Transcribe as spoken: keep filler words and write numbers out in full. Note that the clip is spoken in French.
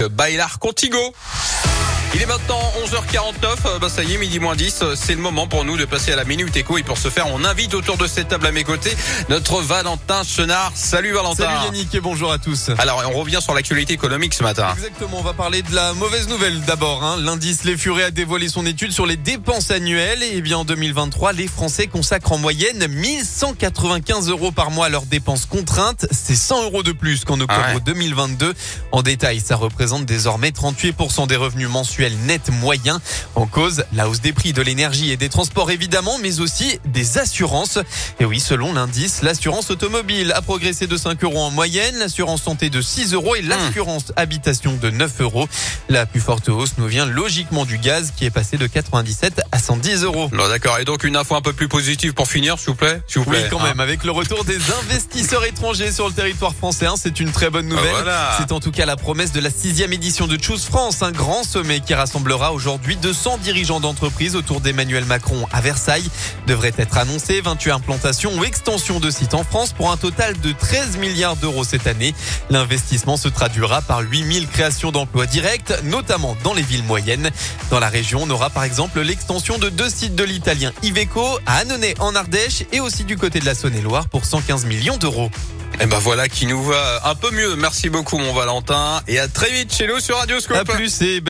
Bailar Contigo. Il est maintenant onze heures quarante-neuf, bah ça y est, midi moins dix, c'est le moment pour nous de passer à la Minute Éco et pour ce faire, on invite autour de cette table à mes côtés notre Valentin Chenard. Salut Valentin. Salut Yannick et bonjour à tous. Alors on revient sur l'actualité économique ce matin. Exactement, on va parler de la mauvaise nouvelle d'abord. Hein. L'indice Les Furets a dévoilé son étude sur les dépenses annuelles. Et bien en deux mille vingt-trois, les Français consacrent en moyenne mille cent quatre-vingt-quinze euros par mois à leurs dépenses contraintes. C'est cent euros de plus qu'en octobre ah ouais. deux mille vingt-deux. En détail, ça représente désormais trente-huit pour cent des revenus mensuels nets moyens. En cause, la hausse des prix de l'énergie et des transports évidemment, mais aussi des assurances. Et oui, selon l'indice, l'assurance automobile a progressé de cinq euros en moyenne, l'assurance santé de six euros et l'assurance habitation de neuf euros. La plus forte hausse nous vient logiquement du gaz qui est passé de quatre-vingt-dix-sept à cent dix euros. Non, d'accord. Et donc une info un peu plus positive pour finir, s'il vous plaît, s'il vous plaît. Oui, quand hein. même. Avec le retour des investisseurs étrangers sur le territoire français, hein, c'est une très bonne nouvelle. Ah, voilà. C'est en tout cas la promesse de la sixième édition de Choose France, un grand sommet qui rassemblera aujourd'hui deux cents dirigeants d'entreprises autour d'Emmanuel Macron à Versailles. Devrait être annoncé vingt-huit implantations ou extensions de sites en France pour un total de treize milliards d'euros cette année. L'investissement se traduira par huit mille créations d'emplois directs, notamment dans les villes moyennes. Dans la région, on aura par exemple l'extension de deux sites de l'italien Iveco à Annonay en Ardèche et aussi du côté de la Saône-et-Loire pour cent quinze millions d'euros. Et ben voilà qui nous va un peu mieux. Merci beaucoup mon Valentin et à très vite chez nous sur Radio Scoop. À plus et